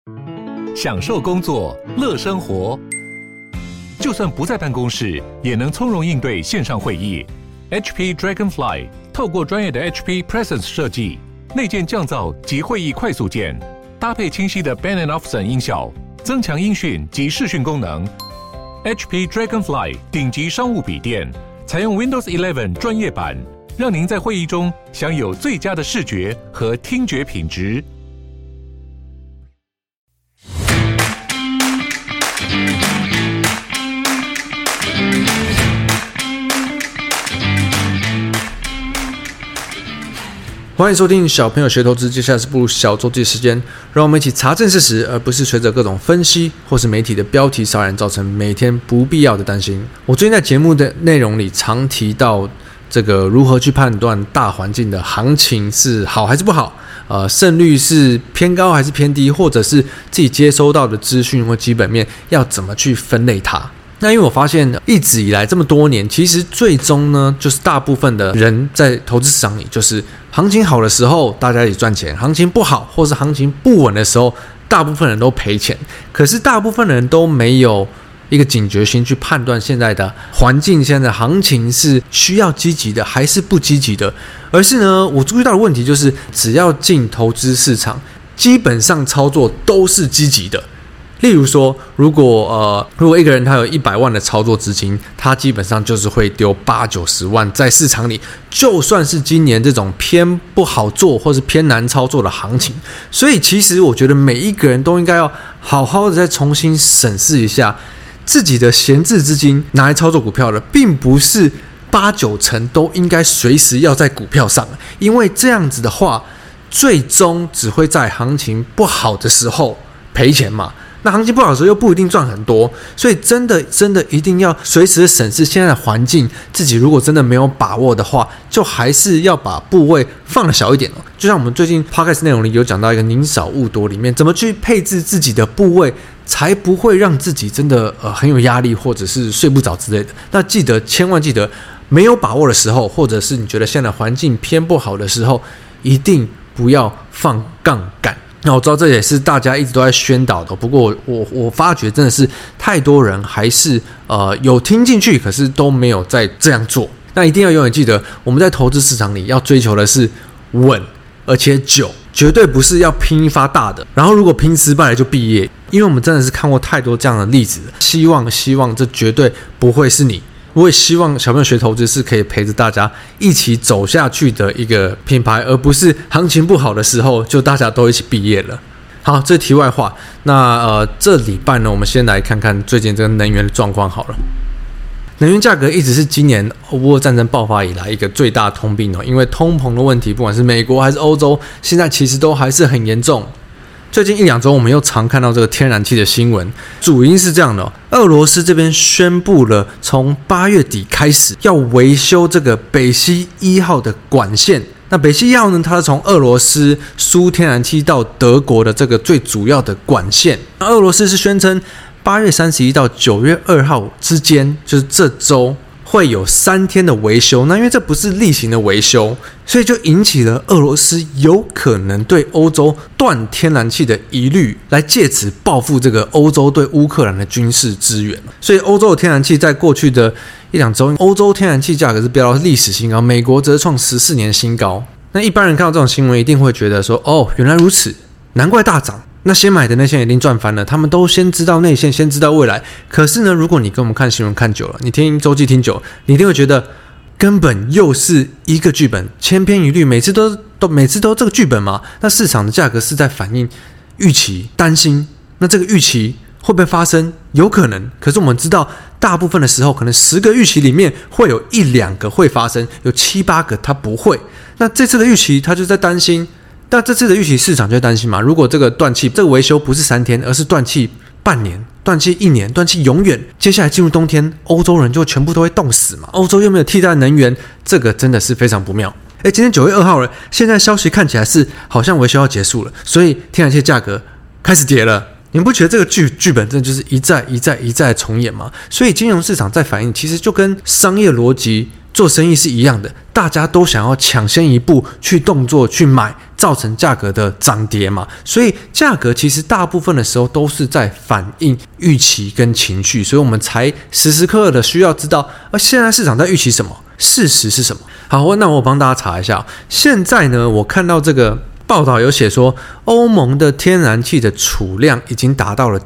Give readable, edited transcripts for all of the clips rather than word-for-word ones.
享受工作，乐生活。就算不在办公室，也能从容应对线上会议。HP Dragonfly 透过专业的 HP Presence 设计，内建降噪及会议快速键，搭配清晰的 Bang & Olufsen 音效，增强音讯及视讯功能。HP Dragonfly 顶级商务笔电，采用 Windows 11专业版，让您在会议中享有最佳的视觉和听觉品质。 欢迎收听小朋友学投资，接下来是步入小周记时间，让我们一起查证事实，而不是随着各种分析或是媒体的标题杀人，造成每天不必要的担心。我最近在节目的内容里常提到这个如何去判断大环境的行情是好还是不好，胜率是偏高还是偏低，或者是自己接收到的资讯或基本面要怎么去分类它。那因为我发现一直以来这么多年，其实最终呢，就是大部分的人在投资市场里，就是行情好的时候大家一起赚钱，行情不好或是行情不稳的时候，大部分人都赔钱。可是大部分人都没有一个警觉心去判断现在的环境、现在的行情是需要积极的还是不积极的，而是呢，我注意到的问题就是，只要进投资市场，基本上操作都是积极的。例如说，如果一个人他有100万的操作资金，他基本上就是会丢80-90万在市场里，就算是今年这种偏不好做或是偏难操作的行情。所以其实我觉得每一个人都应该要好好的再重新审视一下自己的闲置资金拿来操作股票的，并不是8-9成都应该随时要在股票上，因为这样子的话，最终只会在行情不好的时候赔钱嘛。那行情不好的时候又不一定赚很多，所以真的一定要随时审视现在的环境，自己如果真的没有把握的话，就还是要把部位放得小一点。就像我们最近 Podcast 内容里有讲到一个宁少勿多里面，怎么去配置自己的部位，才不会让自己真的很有压力，或者是睡不着之类的。那千万记得，没有把握的时候，或者是你觉得现在环境偏不好的时候，一定不要放杠杆。那我知道这也是大家一直都在宣导的，不过我发觉真的是太多人还是有听进去，可是都没有再这样做。那一定要永远记得，我们在投资市场里要追求的是稳而且久，绝对不是要拼一发大的，然后如果拼失败了就毕业。因为我们真的是看过太多这样的例子了，希望这绝对不会是你。我也希望小朋友学投资是可以陪着大家一起走下去的一个品牌，而不是行情不好的时候就大家都一起毕业了。好，这题外话。那这礼拜呢，我们先来看看最近这个能源的状况好了。能源价格一直是今年俄乌战争爆发以来一个最大通病因为通膨的问题，不管是美国还是欧洲，现在其实都还是很严重。最近1-2周，我们又常看到这个天然气的新闻，主因是这样的俄罗斯这边宣布了，从8月底开始要维修这个北溪1号的管线。那北溪1号呢，它是从俄罗斯输天然气到德国的这个最主要的管线。那俄罗斯是宣称8月31到9月2号之间，就是这周会有3天的维修。那因为这不是例行的维修，所以就引起了俄罗斯有可能对欧洲断天然气的疑虑，来借此报复这个欧洲对乌克兰的军事支援。所以欧洲的天然气在过去的1-2周，欧洲天然气价格是飙到历史新高，美国则创14年新高。那一般人看到这种新闻，一定会觉得说，原来如此，难怪大涨。那先买的那些人一定赚翻了，他们都先知道内线，先知道未来。可是呢，如果你跟我们看新闻看久了，你听周记听久了，你一定会觉得根本又是一个剧本，千篇一律，每次都这个剧本嘛。那市场的价格是在反映预期，担心，那这个预期会不会发生？有可能。可是我们知道，大部分的时候，可能10个预期里面会有1-2个会发生，有7-8个它不会。那这次的预期，它就在担心。那这次的预期市场就会担心嘛？如果这个断气，这个维修不是3天，而是断气半年、断气1年、断气永远，接下来进入冬天，欧洲人就全部都会冻死嘛？欧洲又没有替代能源，这个真的是非常不妙。今天9月2号了，现在消息看起来是好像维修要结束了，所以天然气价格开始跌了。你们不觉得这个剧本真的就是一再重演吗？所以金融市场在反应，其实就跟商业逻辑做生意是一样的，大家都想要抢先一步去动作去买，造成价格的涨跌嘛。所以价格其实大部分的时候都是在反映预期跟情绪，所以我们才时时刻刻的需要知道，现在市场在预期什么，事实是什么。好，那我帮大家查一下，现在呢，我看到这个报道有写说，欧盟的天然气的储量已经达到了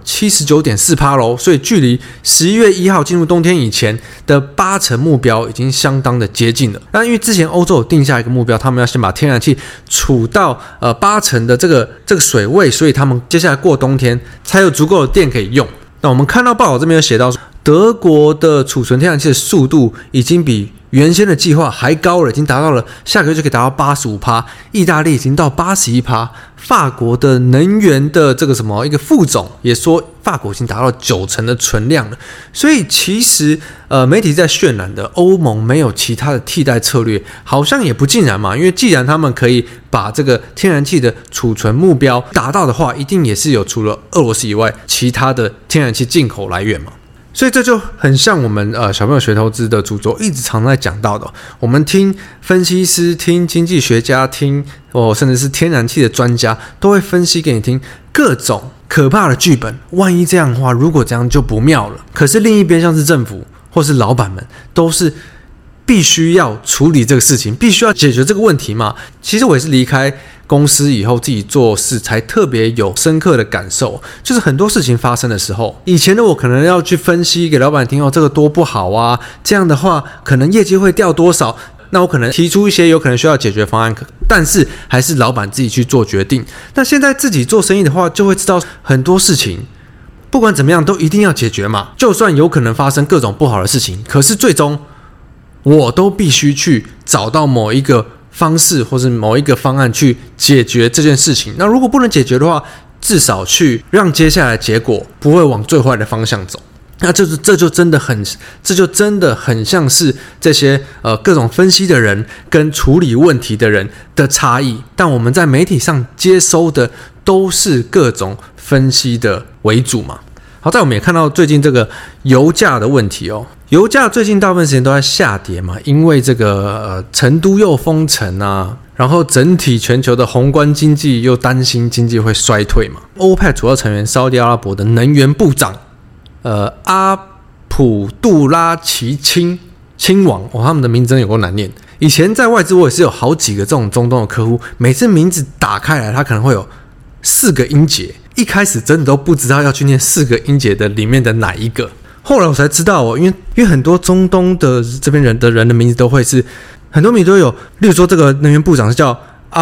79.4% 咯，所以距离11月1号进入冬天以前的80%目标已经相当的接近了。那因为之前欧洲有定下一个目标，他们要先把天然气储到80%的这个水位，所以他们接下来过冬天才有足够的电可以用。那我们看到报道这边有写到说，德国的储存天然气的速度已经比原先的计划还高了，已经达到了下个月就可以达到 85%， 意大利已经到 81%， 法国的能源的这个一个副总也说，法国已经达到90%的存量了。所以其实媒体在渲染的欧盟没有其他的替代策略，好像也不尽然嘛，因为既然他们可以把这个天然气的储存目标达到的话，一定也是有除了俄罗斯以外其他的天然气进口来源嘛。所以这就很像我们小朋友学投资的主轴一直常在讲到的，我们听分析师、听经济学家、听甚至是天然气的专家都会分析给你听各种可怕的剧本，万一这样的话，如果这样就不妙了。可是另一边像是政府或是老板们都是必须要处理这个事情，必须要解决这个问题嘛。其实我也是离开公司以后自己做事才特别有深刻的感受，就是很多事情发生的时候，以前的我可能要去分析给老板听，这个多不好啊，这样的话可能业绩会掉多少，那我可能提出一些有可能需要解决方案，但是还是老板自己去做决定。那现在自己做生意的话，就会知道很多事情不管怎么样都一定要解决嘛，就算有可能发生各种不好的事情，可是最终我都必须去找到某一个方式或是某一个方案去解决这件事情。那如果不能解决的话，至少去让接下来的结果不会往最坏的方向走。那这就真的很像是这些各种分析的人跟处理问题的人的差异。但我们在媒体上接收的都是各种分析的为主嘛。好在我们也看到最近这个油价的问题哦，油价最近大部分时间都在下跌嘛，因为这个成都又封城啊，然后整体全球的宏观经济又担心经济会衰退嘛。OPEC 主要成员沙特阿拉伯的能源部长阿卜杜拉奇亲王，他们的名字真的有够难念。以前在外资我也是有好几个这种中东的客户，每次名字打开来，它可能会有4个音节。一开始真的都不知道要去念4个音节的里面的哪一个，后来我才知道因为很多中东的这边人的名字都会是很多名字都有，例如说这个能源部长是叫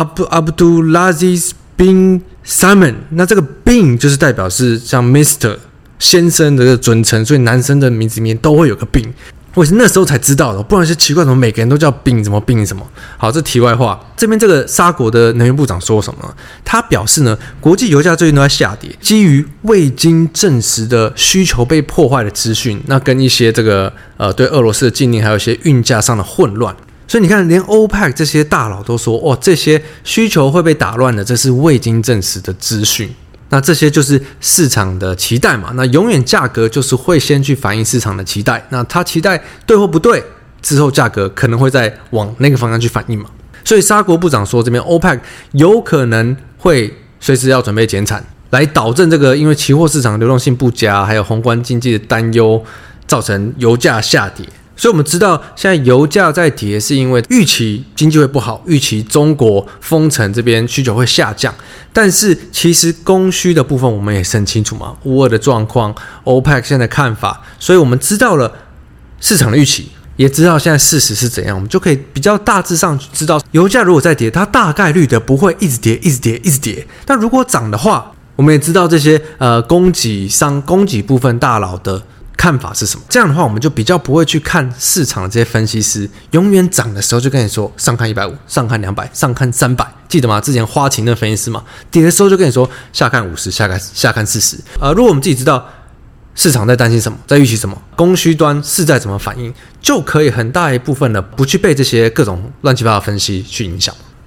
Abdulaziz bin Salman， 那这个 bin 就是代表是像 Mr 先生的尊称，所以男生的名字里面都会有个 bin。我也是那时候才知道的，不然是奇怪，怎么每个人都叫病，怎么病什么？好，这题外话。这边这个沙国的能源部长说什么呢？他表示呢，国际油价最近都在下跌，基于未经证实的需求被破坏的资讯，那跟一些这个对俄罗斯的禁令，还有一些运价上的混乱。所以你看，连 OPEC 这些大佬都说，这些需求会被打乱的，这是未经证实的资讯。那这些就是市场的期待嘛，那永远价格就是会先去反映市场的期待，那它期待对或不对，之后价格可能会再往那个方向去反应嘛。所以沙国部长说，这边 OPEC 有可能会随时要准备减产，来导正这个因为期货市场流动性不佳，还有宏观经济的担忧，造成油价下跌。所以我们知道现在油价在跌，是因为预期经济会不好，预期中国封城这边需求会下降。但是其实供需的部分我们也是很清楚嘛，乌俄的状况 ，OPEC 现在的看法，所以我们知道了市场的预期，也知道现在事实是怎样，我们就可以比较大致上知道，油价如果再跌，它大概率的不会一直跌，一直跌，一直跌。但如果涨的话，我们也知道这些供给部分大佬的看法是什么？这样的话，我们就比较不会去看市场的这些分析师，永远涨的时候就跟你说上看150，上看200，上看300，记得吗？之前花旗的分析师嘛，跌的时候就跟你说下看50，下看40。如果我们自己知道市场在担心什么，在预期什么，供需端是在怎么反应，就可以很大一部分的不去被这些各种乱七八糟的分析去影响。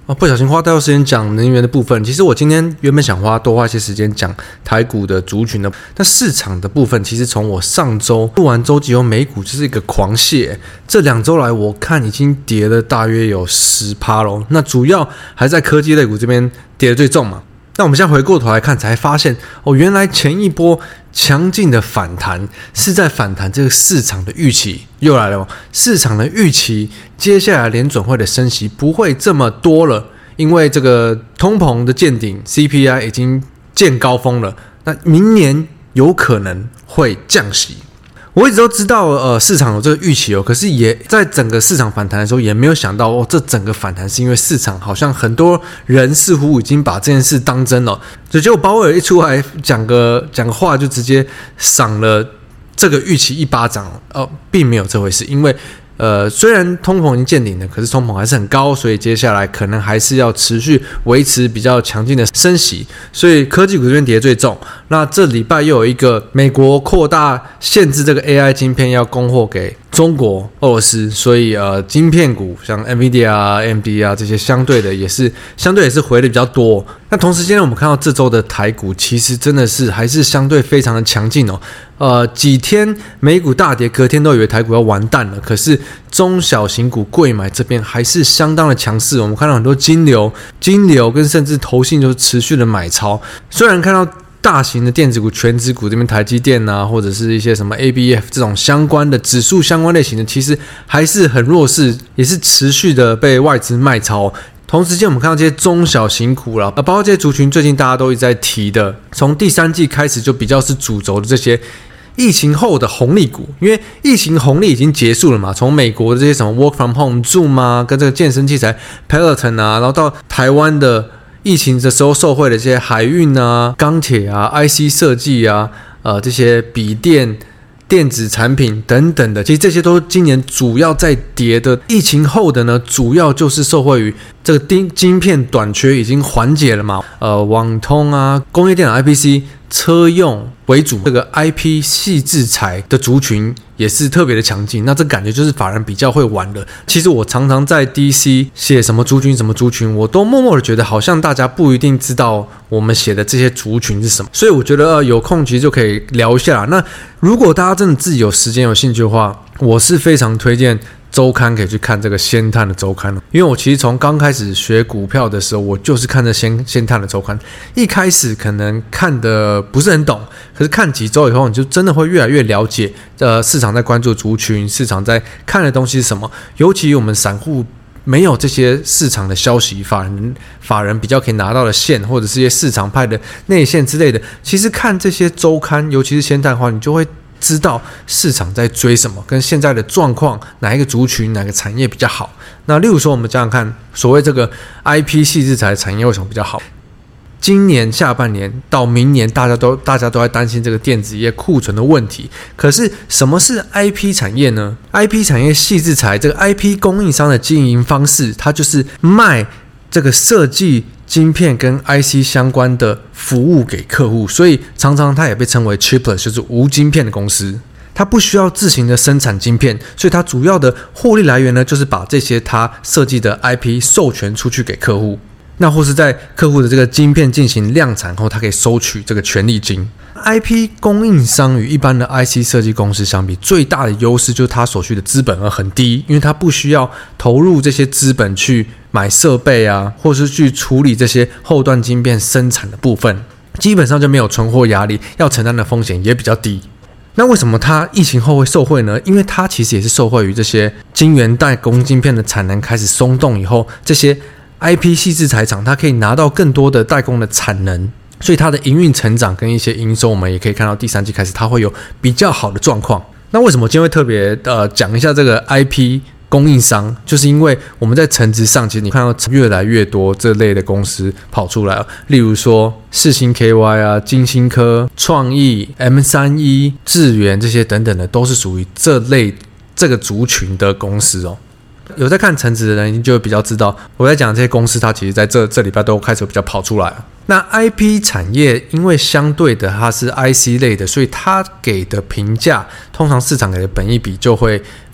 不小心花太多时间讲能源的部分。其实我今天原本想多花一些时间讲台股的族群的，但市场的部分，其实从我上周录完周集后，美股就是一个狂泻，这2周来我看已经跌了大约有 10% 咯。那主要还在科技类股这边跌得最重嘛。那我们现在回过头来看，才发现原来前一波强劲的反弹是在反弹这个市场的预期又来了。市场的预期，接下来联准会的升息不会这么多了，因为这个通膨的见顶 ，CPI 已经见高峰了。那明年有可能会降息。我一直都知道，市场有这个预期可是也在整个市场反弹的时候，也没有想到这整个反弹是因为市场好像很多人似乎已经把这件事当真了，结果鲍威尔一出来讲个话，就直接赏了这个预期一巴掌并没有这回事，因为虽然通膨已经见顶了，可是通膨还是很高，所以接下来可能还是要持续维持比较强劲的升息，所以科技股这边跌最重。那这礼拜又有一个美国扩大限制这个 AI 晶片要供货给中国、俄罗斯，所以晶片股像 NVIDIA 啊、AMD 啊这些相对也是回的比较多。那同时间我们看到这周的台股其实真的是还是相对非常的强劲几天美股大跌，隔天都以为台股要完蛋了，可是中小型股贵买这边还是相当的强势。我们看到很多金流跟甚至投信就是持续的买超，虽然看到大型的电子股、全指股这边台积电啊，或者是一些什么 ABF 这种相关的指数相关类型的，其实还是很弱势，也是持续的被外资卖超。同时间我们看到这些中小型股啦，包括这些族群最近大家都一直在提的，从第3季开始就比较是主轴的这些疫情后的红利股，因为疫情红利已经结束了嘛，从美国的这些什么 Work from Home、Zoom 啊，跟这个健身器材 Peloton 啊，然后到台湾的疫情的时候受惠的这些海运啊、钢铁啊、IC 设计啊、这些笔电、电子产品等等的，其实这些都是今年主要在跌的。疫情后的呢，主要就是受惠于这个晶片短缺已经缓解了嘛，网通啊、工业电脑 IPC、车用为主，这个 IP 矽智财的族群也是特别的强劲。那这感觉就是法人比较会玩的。其实我常常在 DC 写什么族群，我都默默的觉得好像大家不一定知道我们写的这些族群是什么，所以我觉得有空其实就可以聊一下。那如果大家真的自己有时间有兴趣的话，我是非常推荐周刊可以去看这个先探的周刊，因为我其实从刚开始学股票的时候，我就是看这先探的周刊。一开始可能看的不是很懂，可是看几周以后，你就真的会越来越了解市场在关注族群，市场在看的东西是什么。尤其我们散户没有这些市场的消息，法人比较可以拿到的线，或者是一些市场派的内线之类的，其实看这些周刊，尤其是先探的话，你就会知道市场在追什么，跟现在的状况，哪一个族群、哪个产业比较好。那例如说，我们这样看，所谓这个 IP 矽智财产业为什么比较好？今年下半年到明年，大家都在担心这个电子业库存的问题。可是什么是 IP 产业呢？ IP 产业矽智财这个 IP 供应商的经营方式，它就是卖这个设计晶片跟 IC 相关的服务给客户，所以常常它也被称为 Chipless， 就是无晶片的公司。它不需要自行的生产晶片，所以它主要的获利来源呢，就是把这些它设计的 IP 授权出去给客户，那或是在客户的这个晶片进行量产后，它可以收取这个权利金。IP 供应商与一般的 IC 设计公司相比，最大的优势就是它所需的资本额很低，因为它不需要投入这些资本去买设备啊，或是去处理这些后段晶片生产的部分，基本上就没有存货压力，要承担的风险也比较低。那为什么它疫情后会受惠呢？因为它其实也是受惠于这些晶圆代工晶片的产能开始松动以后，这些 IP 矽智财厂它可以拿到更多的代工的产能，所以它的营运成长跟一些营收，我们也可以看到第3季开始它会有比较好的状况。那为什么我今天会特别讲一下这个 IP 供应商，就是因为我们在成值上，其实你看到越来越多这类的公司跑出来，例如说世芯 KY 啊、金星科、创意、M31、智原这些等等的，都是属于这个族群的公司哦。有在看成值的人就会比较知道，我在讲这些公司，它其实在这礼拜都开始比较跑出来了。那 IP 产业因为相对的它是 IC 类的，所以它给的评价通常市场给的本益比就会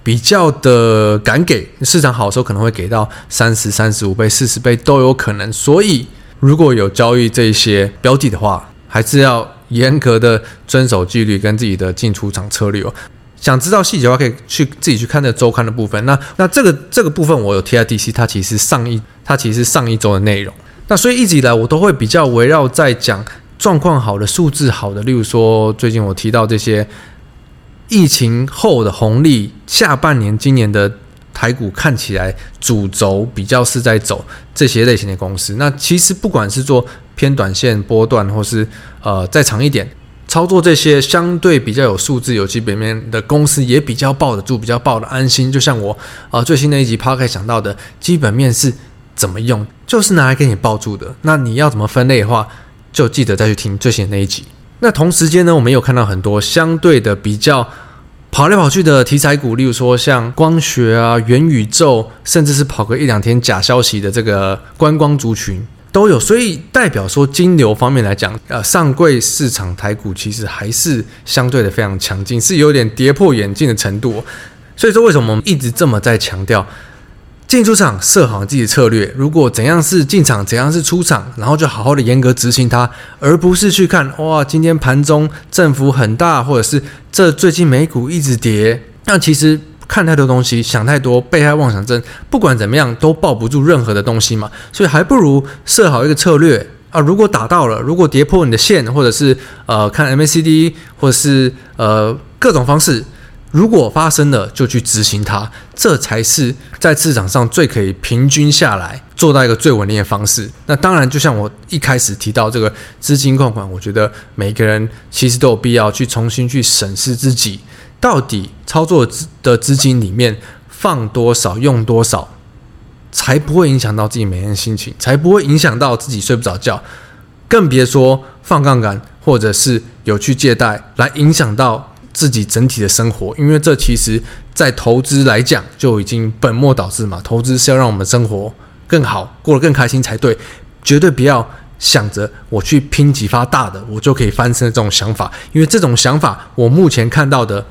比较的敢给，市场好的时候可能会给到30、35倍、40倍都有可能。所以如果有交易这些标的的话，还是要严格的遵守纪律跟自己的进出场策略哦。想知道细节的话，可以自己去看那个周刊的部分。那这个部分我有贴在 DC， 它其实是上一周的内容。那所以一直以来我都会比较围绕在讲状况好的、数字好的，例如说最近我提到这些疫情后的红利，下半年今年的台股看起来主轴比较是在走这些类型的公司。那其实不管是做偏短线波段，或是再长一点操作这些相对比较有数字、有基本面的公司，也比较抱得住，比较抱得安心。就像我最新的一集 Podcast 讲到的，基本面是怎么用，就是拿来给你抱住的。那你要怎么分类的话，就记得再去听最新的那一集。那同时间呢，我们有看到很多相对的比较跑来跑去的题材股，例如说像光学啊、元宇宙，甚至是跑个1-2天假消息的这个观光族群都有。所以代表说金流方面来讲，上柜市场台股其实还是相对的非常强劲，是有点跌破眼镜的程度。所以说为什么我们一直这么在强调进出场设好自己的策略，如果怎样是进场，怎样是出场，然后就好好的严格执行它，而不是去看哇今天盘中振幅很大，或者是这最近美股一直跌。那其实看太多东西，想太多，被害妄想症，不管怎么样都抱不住任何的东西嘛。所以还不如设好一个策略啊，如果打到了，如果跌破你的线，或者是看 MACD， 或者是各种方式，如果发生了就去执行它，这才是在市场上最可以平均下来做到一个最稳定的方式。那当然就像我一开始提到这个资金控管，我觉得每个人其实都有必要去重新去审视自己到底操作的资金里面放多少用多少，才不会影响到自己每天的心情，才不会影响到自己睡不着觉，更别说放杠杆或者是有去借贷来影响到自己整体的生活。因为这其实在投资来讲就已经本末倒置嘛，投资是要让我们生活更好，过得更开心才对，绝对不要想着我去拼几发大的我就可以翻身的这种想法。因为这种想法我目前看到的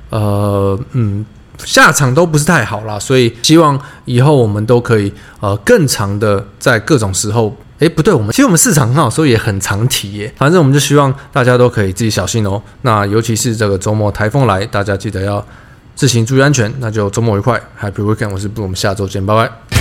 下场都不是太好啦，所以希望以后我们都可以更长的在各种时候不对，其实我们市场很好，所以也很常提耶。反正我们就希望大家都可以自己小心哦。那尤其是这个周末台风来，大家记得要自行注意安全。那就周末愉快 ，Happy Weekend！ 我是布，我们下周见，拜拜。